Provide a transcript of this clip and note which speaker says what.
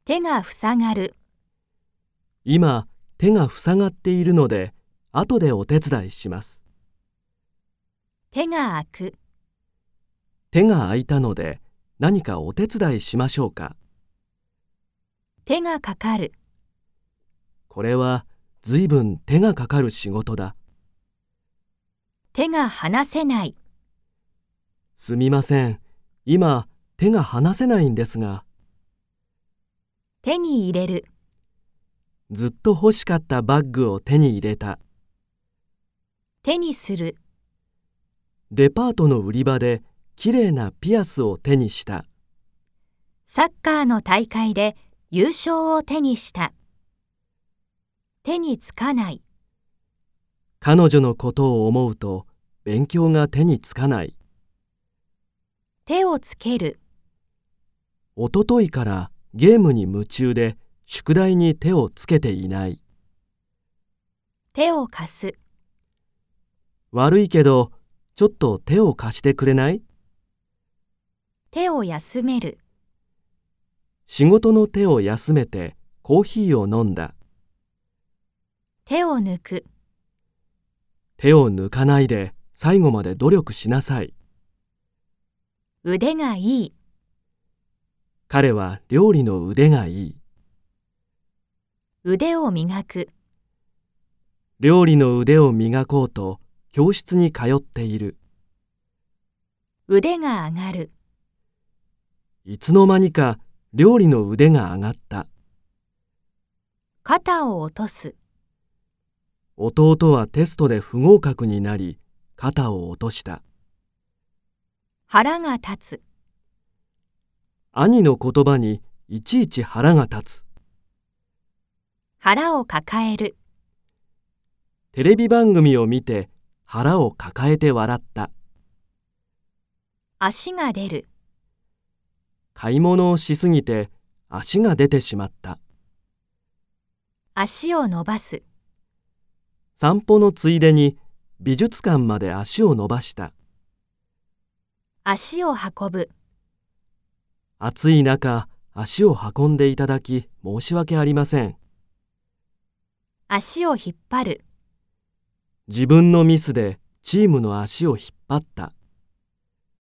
Speaker 1: 手がふさがる。
Speaker 2: 今、手がふさがっているので、後でお手伝いします。
Speaker 1: 手が空く。
Speaker 2: 手が空いたので、何かお手伝いしましょうか。
Speaker 1: 手がかかる。
Speaker 2: これはずいぶん手がかかる仕事だ。
Speaker 1: 手が離せない。
Speaker 2: すみません。今、手が離せないんですが。
Speaker 1: 手に入れる。
Speaker 2: ずっと欲しかったバッグを手に入れた。
Speaker 1: 手にする。
Speaker 2: デパートの売り場できれいなピアスを手にした。
Speaker 1: サッカーの大会で優勝を手にした。手につかない。
Speaker 2: 彼女のことを思うと勉強が手につかない。
Speaker 1: 手をつける。
Speaker 2: おとといからゲームに夢中で宿題に手をつけていない。
Speaker 1: 手を貸す。
Speaker 2: 悪いけど、ちょっと手を貸してくれない？
Speaker 1: 手を休める。
Speaker 2: 仕事の手を休めてコーヒーを飲んだ。
Speaker 1: 手を抜く。
Speaker 2: 手を抜かないで最後まで努力しなさい。
Speaker 1: 腕がいい。
Speaker 2: 彼は料理の腕がいい。
Speaker 1: 腕を磨く。
Speaker 2: 料理の腕を磨こうと教室に通っている。
Speaker 1: 腕が上がる。
Speaker 2: いつの間にか料理の腕が上がった。
Speaker 1: 肩を落とす。
Speaker 2: 弟はテストで不合格になり、肩を落とした。
Speaker 1: 腹が立つ。
Speaker 2: 兄の言葉にいちいち腹が立つ。
Speaker 1: 腹を抱える。
Speaker 2: テレビ番組を見て腹を抱えて笑った。
Speaker 1: 足が出る。
Speaker 2: 買い物をしすぎて足が出てしまった。
Speaker 1: 足を伸ばす。
Speaker 2: 散歩のついでに美術館まで足を伸ばした。
Speaker 1: 足を運ぶ。
Speaker 2: 暑い中、足を運んでいただき申し訳ありません。
Speaker 1: 足を引っ張る。
Speaker 2: 自分のミスでチームの足を引っ張った。